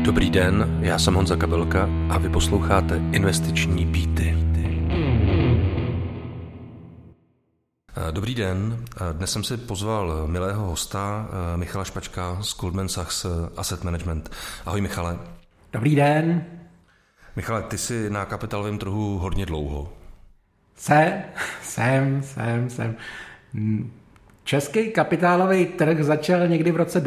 Dobrý den, já jsem Honza Kabelka a vy posloucháte Investiční beaty. Dobrý den, dnes jsem si pozval milého hosta Michala Špačka z Goldman Sachs Asset Management. Ahoj Michale. Dobrý den. Michale, ty jsi na kapitálovém trhu hodně dlouho. Jsem. Český kapitálový trh začal někdy v roce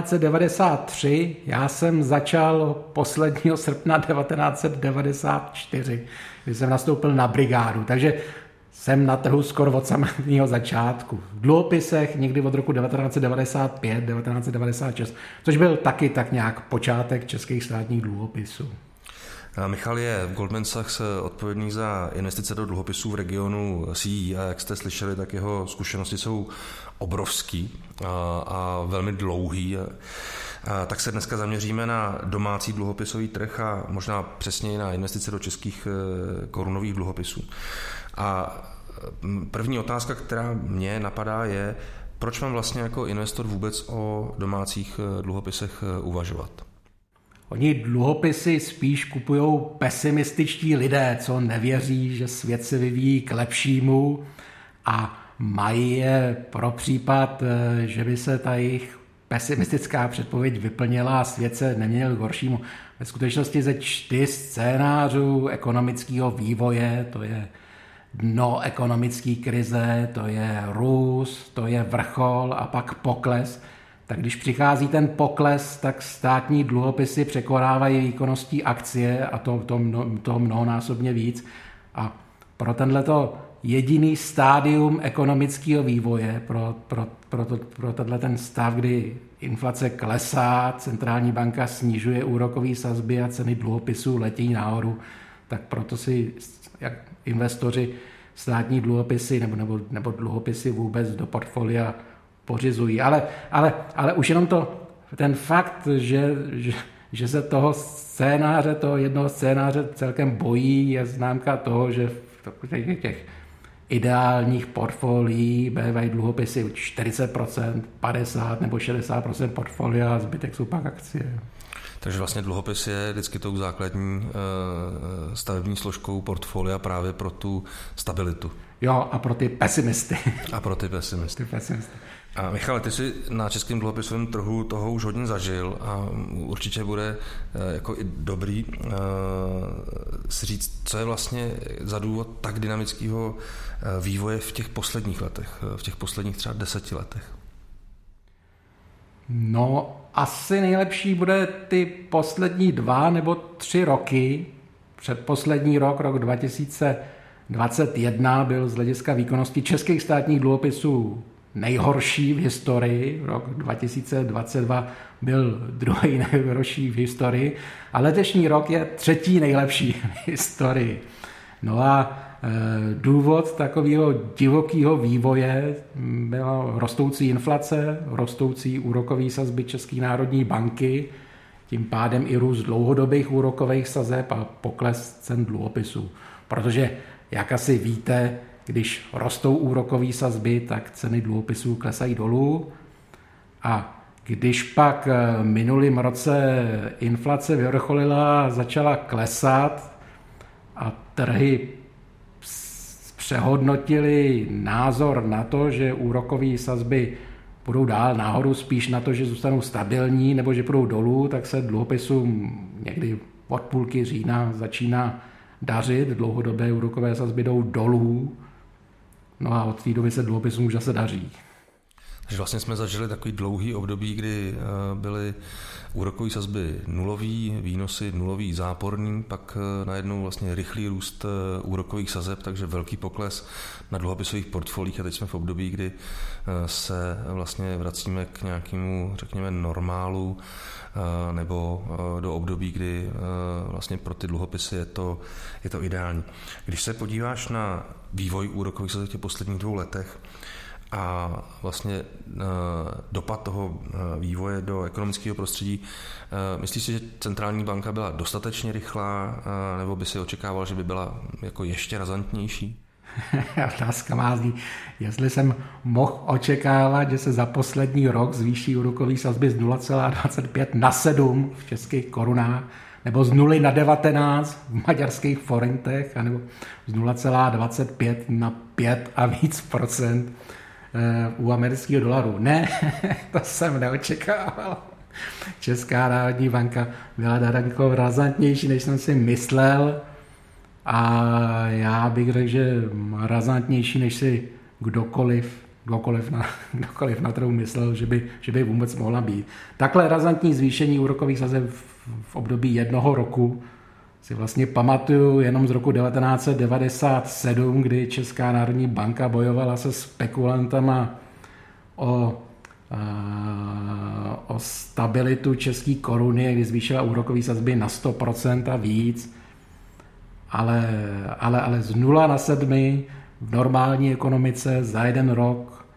1993, já jsem začal posledního srpna 1994, kdy jsem nastoupil na brigádu, takže jsem na trhu skoro od samého začátku. V dluhopisech někdy od roku 1995, 1996, což byl taky tak nějak počátek českých státních dluhopisů. Michal je v Goldman Sachs odpovědný za investice do dluhopisů v regionu CEE a jak jste slyšeli, tak jeho zkušenosti jsou obrovský a velmi dlouhý. Tak se dneska zaměříme na domácí dluhopisový trh a možná přesněji na investice do českých korunových dluhopisů. A první otázka, která mě napadá, je, proč mám vlastně jako investor vůbec o domácích dluhopisech uvažovat? Oni dluhopisy spíš kupují pesimističtí lidé, co nevěří, že svět se vyvíjí k lepšímu a mají je pro případ, že by se ta jejich pesimistická předpověď vyplnila a svět se neměnil k horšímu. Ve skutečnosti ze 4 scénářů ekonomického vývoje, to je dno ekonomické krize, to je růst, to je vrchol a pak pokles, tak když přichází ten pokles, tak státní dluhopisy překonávají výkonností akcie a to mnohonásobně víc. A pro tenhleto jediný stádium ekonomického vývoje, pro tenhle ten stav, kdy inflace klesá, centrální banka snižuje úrokové sazby a ceny dluhopisů letí nahoru, tak proto si jak investoři státní dluhopisy nebo dluhopisy vůbec do portfolia pořizují. Ale už jenom ten fakt, že se toho jednoho scénáře celkem bojí, je známka toho, že v těch ideálních portfolií bývají dluhopisy 40%, 50% nebo 60% portfolia a zbytek jsou pak akcie. Takže vlastně dluhopis je vždycky tou základní stavební složkou portfolia právě pro tu stabilitu. Jo, a pro ty pesimisty. A Michale, ty jsi na českém dluhopisovém trhu toho už hodně zažil a určitě bude jako i dobrý si říct, co je vlastně za důvod tak dynamického vývoje v těch posledních letech, v těch posledních třeba 10 letech. No, asi nejlepší bude ty poslední 2 nebo 3 roky. Předposlední rok 2021 byl z hlediska výkonnosti českých státních dluhopisů nejhorší v historii. Rok 2022 byl druhý nejhorší v historii a letošní rok je 3. nejlepší v historii. No a důvod takového divokého vývoje byla rostoucí inflace, rostoucí úrokové sazby České národní banky, tím pádem i růst dlouhodobých úrokových sazeb a pokles cen dluhopisů. Protože, jak asi víte, když rostou úrokové sazby, tak ceny dluhopisů klesají dolů a když pak minulým roce inflace vyvrcholila a začala klesat a trhy přehodnotili názor na to, že úrokové sazby budou dál nahoru, spíš na to, že zůstanou stabilní nebo že budou dolů, tak se dluhopisům někdy od půlky října začíná dařit, dlouhodobé úrokové sazby jdou dolů, no a od té doby se dluhopisům už zase daří. Takže vlastně jsme zažili takový dlouhý období, kdy byly úrokové sazby nulový, výnosy nulový, záporný, pak najednou vlastně rychlý růst úrokových sazeb, takže velký pokles na dluhopisových portfoliích a teď jsme v období, kdy se vlastně vracíme k nějakému, řekněme, normálu nebo do období, kdy vlastně pro ty dluhopisy je to ideální. Když se podíváš na vývoj úrokových sazeb v těch posledních 2 letech, a vlastně dopad toho vývoje do ekonomického prostředí. Myslíš si, že centrální banka byla dostatečně rychlá, nebo by si očekával, že by byla jako ještě razantnější? Otázka má zní, jestli jsem mohl očekávat, že se za poslední rok zvýší úrokový sazby z 0,25 na 7 v českých korunách, nebo z 0 na 19 v maďarských forintech, anebo z 0,25 na 5 a víc procent u amerického dolaru. Ne, to jsem neočekával. Česká národní banka byla daleko razantnější, než jsem si myslel, a já bych řekl, že razantnější, než si kdokoliv na trhu myslel, že by vůbec mohla být. Takhle razantní zvýšení úrokových sazeb v období jednoho roku si vlastně pamatuju jenom z roku 1997, kdy Česká národní banka bojovala se spekulantama o stabilitu české koruny, kdy zvýšila úrokové sazby na 100% a víc. Ale z 0 na 7 v normální ekonomice za jeden rok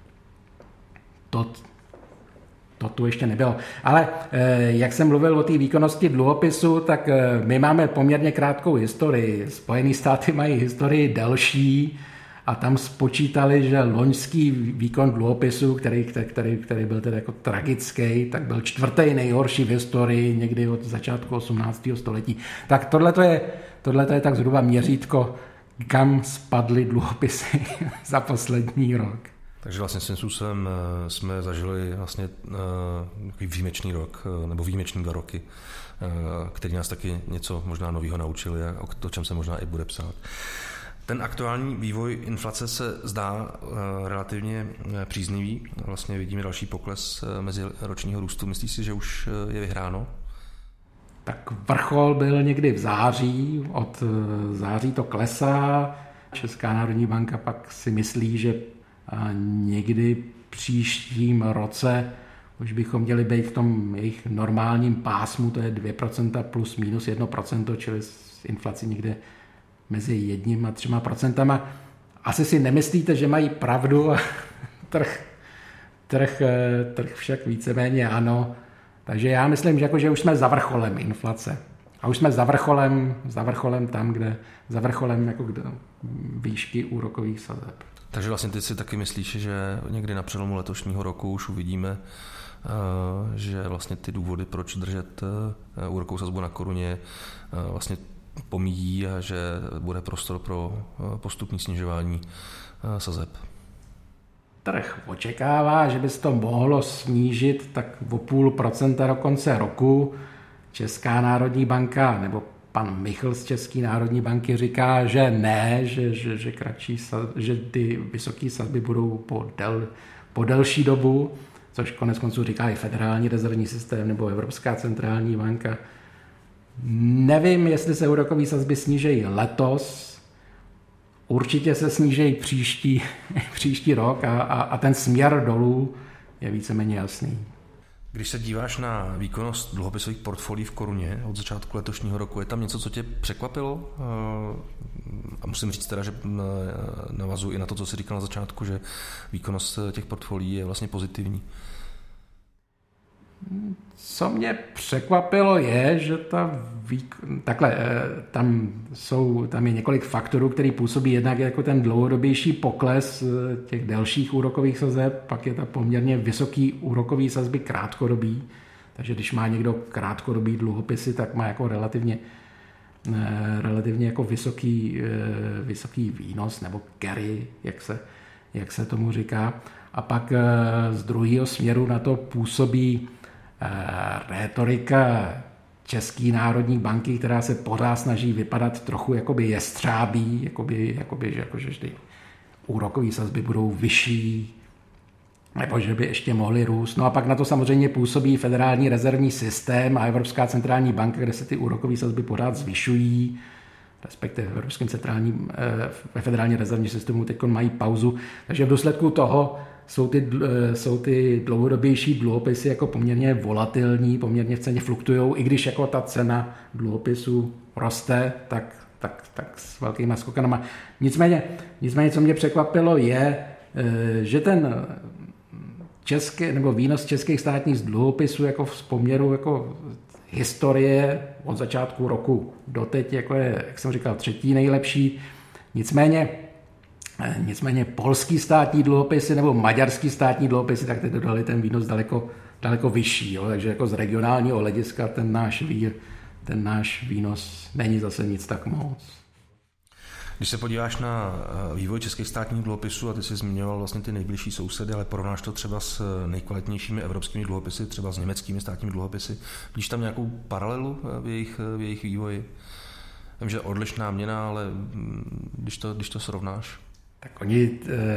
to tu ještě nebylo. Ale jak jsem mluvil o té výkonnosti dluhopisu, tak my máme poměrně krátkou historii. Spojené státy mají historii delší a tam spočítali, že loňský výkon dluhopisu, který byl tedy jako tragický, tak byl 4. nejhorší v historii někdy od začátku 18. století. Tak tohle je tak zhruba měřítko, kam spadly dluhopisy za poslední rok. Takže vlastně svým způsobem jsme zažili vlastně takový výjimečný rok, nebo výjimečný 2 roky, který nás taky něco možná nového naučili a o čem se možná i bude psát. Ten aktuální vývoj inflace se zdá relativně příznivý. Vlastně vidíme další pokles meziročního růstu. Myslíš si, že už je vyhráno? Tak vrchol byl někdy v září, od září to klesá. Česká národní banka pak si myslí, že někdy příštím roce už bychom měli být v tom jejich normálním pásmu, to je 2% plus minus 1%, čili inflaci někde mezi 1 a 3%. Asi si nemyslíte, že mají pravdu a trh však víceméně ano. Takže já myslím, že už jsme za vrcholem inflace. A už jsme za vrcholem tam, kde výšky úrokových sazeb. Takže vlastně ty si taky myslíš, že někdy na přelomu letošního roku už uvidíme, že vlastně ty důvody, proč držet úrokovou sazbu na koruně, vlastně pomíjí a že bude prostor pro postupné snižování sazeb. Trh očekává, že by se to mohlo snížit tak o 0,5% do konce roku. Česká národní banka nebo pan Michl z České národní banky říká, že ne, že ty vysoké sazby budou po delší dobu, což konec konců říká i Federální rezervní systém nebo Evropská centrální banka. Nevím, jestli se úrokové sazby snížejí letos, určitě se snížejí příští rok a ten směr dolů je víceméně jasný. Když se díváš na výkonnost dluhopisových portfolií v koruně od začátku letošního roku, je tam něco, co tě překvapilo? A musím říct teda, že navazuji i na to, co jsi říkal na začátku, že výkonnost těch portfolií je vlastně pozitivní. Co mě překvapilo je, že tam je několik faktorů, který působí jednak jako ten dlouhodobější pokles těch delších úrokových sazeb, pak je ta poměrně vysoký úrokový sazby krátkodobý, takže když má někdo krátkodobý dluhopisy, tak má jako relativně jako vysoký výnos nebo carry, jak se tomu říká. A pak z druhého směru na to působí rétorika České národní banky, která se pořád snaží vypadat trochu jakoby jestřábí, že ty úrokové sazby budou vyšší, nebo že by ještě mohly růst. No a pak na to samozřejmě působí Federální rezervní systém a Evropská centrální banka, kde se ty úrokové sazby pořád zvyšují, respektive ve Federální rezervní systému teď mají pauzu. Takže v důsledku toho jsou ty dlouhodobější dluhopisy jako poměrně volatilní, poměrně v ceně fluktujou, i když jako ta cena dluhopisů roste, tak s velkýma skokanama. Nicméně, co mě překvapilo, je, že ten výnos českých státních dluhopisů jako v poměru jako historie od začátku roku doteď jako je, jak jsem říkal, 3. nejlepší. Nicméně Nicméně polský státní dluhopisy nebo maďarský státní dluhopisy, tak ty dodali ten výnos daleko vyšší. Jo? Takže jako z regionálního hlediska ten náš výnos není zase nic tak moc. Když se podíváš na vývoj českých státních dluhopisů, a ty jsi zmiňoval vlastně ty nejbližší sousedy, ale porovnáš to třeba s nejkvalitnějšími evropskými dluhopisy, třeba s německými státními dluhopisy, vidíš tam nějakou paralelu v jejich vývoji? Vím, že odlišná měna, ale když to srovnáš. Tak oni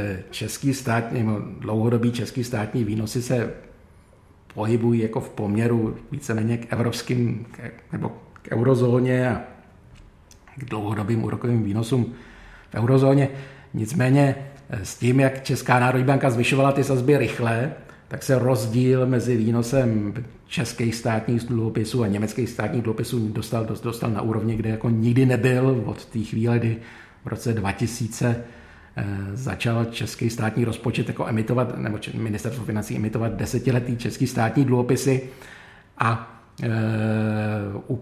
dlouhodobý český státní výnosy se pohybují jako v poměru víceméně k evropským nebo k eurozóně a k dlouhodobým úrokovým výnosům v eurozóně. Nicméně s tím, jak Česká národní banka zvyšovala ty sazby rychle, tak se rozdíl mezi výnosem českých státních dluhopisů a německých státních dluhopisů dostal na úrovni, kde jako nikdy nebyl od té chvíle, kdy v roce 2000 začal český státní rozpočet jako emitovat, nebo ministerstvo financí emitovat 10letý český státní dluhopisy a u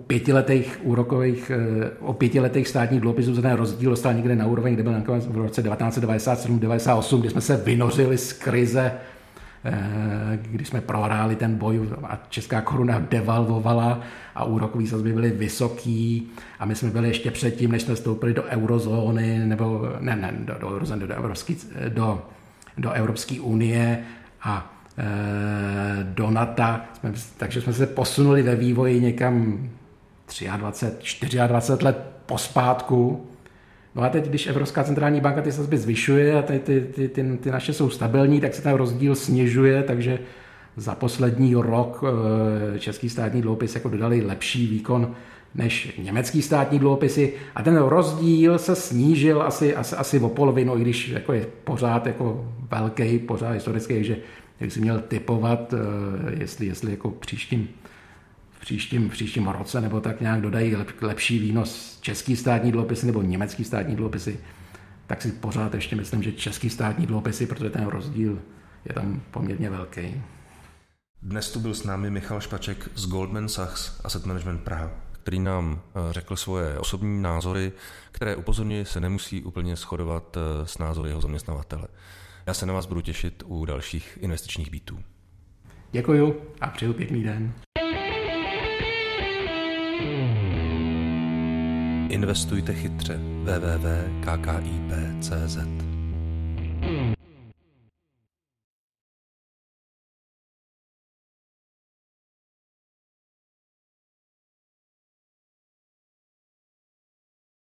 pětiletých státních dluhopisů se ten rozdíl dostal někde na úroveň, kde byl v roce 1997-98, kdy jsme se vynořili z krize, kdy jsme prohráli ten boj a česká koruna devalvovala a úrokové sazby byly vysoký a my jsme byli ještě předtím, než jsme vstoupili do eurozóny nebo do Evropské unie a do NATO, takže jsme se posunuli ve vývoji někam 24 let pospátku. No a teď, když Evropská centrální banka ty sazby zvyšuje a ty naše jsou stabilní, tak se ten rozdíl snižuje, takže za poslední rok český státní dluhopis jako dodali lepší výkon než německý státní dluhopisy a ten rozdíl se snížil asi o polovinu, i když jako je pořád jako velký, pořád historický, že jak jsi měl tipovat, jestli jako v příštím roce nebo tak nějak dodají lepší výnos český státní dluhopisy nebo německý státní dluhopisy, tak si pořád ještě myslím, že český státní dluhopisy, protože ten rozdíl je tam poměrně velký. Dnes tu byl s námi Michal Špaček z Goldman Sachs Asset Management Praha, který nám řekl svoje osobní názory, které upozorňuji se nemusí úplně shodovat s názory jeho zaměstnavatele. Já se na vás budu těšit u dalších investičních beatů. Děkuju a přeju pěkný den. Investujte chytře. www.kkip.cz